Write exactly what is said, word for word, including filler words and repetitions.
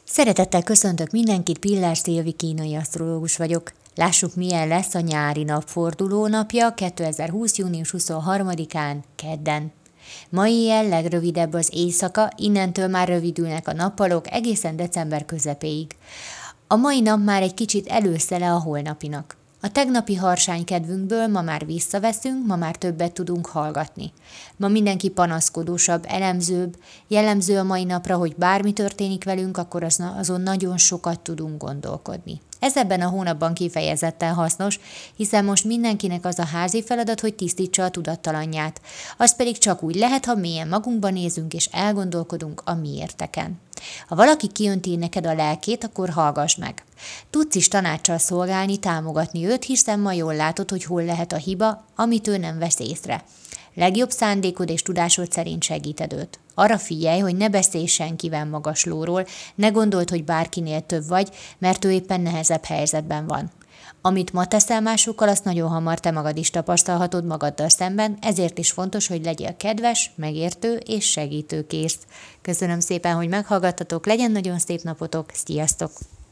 Szeretettel köszöntök mindenkit, Pillás Szilvi kínai asztrológus vagyok. Lássuk, milyen lesz a nyári napforduló napja kétezer-húsz. június huszonharmadikán, kedden. Ma éjjel legrövidebb az éjszaka, innentől már rövidülnek a nappalok egészen december közepéig. A mai nap már egy kicsit előszele a holnapinak. A tegnapi harsánykedvünkből ma már visszaveszünk, ma már többet tudunk hallgatni. Ma mindenki panaszkodósabb, elemzőbb, jellemző a mai napra, hogy bármi történik velünk, akkor azon nagyon sokat tudunk gondolkodni. Ez ebben a hónapban kifejezetten hasznos, hiszen most mindenkinek az a házi feladat, hogy tisztítsa a tudattalanját. Az pedig csak úgy lehet, ha mélyen magunkba nézünk és elgondolkodunk a miérteken. Ha valaki kiönti neked a lelkét, akkor hallgass meg. Tudsz is tanáccsal szolgálni, támogatni őt, hiszen ma jól látod, hogy hol lehet a hiba, amit ő nem vesz észre. Legjobb szándékod és tudásod szerint segíted őt. Arra figyelj, hogy ne beszélj senkivel magaslóról, ne gondold, hogy bárkinél több vagy, mert ő éppen nehezebb helyzetben van. Amit ma teszel másokkal, azt nagyon hamar te magad is tapasztalhatod magaddal szemben, ezért is fontos, hogy legyél kedves, megértő és segítőkész. Köszönöm szépen, hogy meghallgattatok, legyen nagyon szép napotok, sziasztok!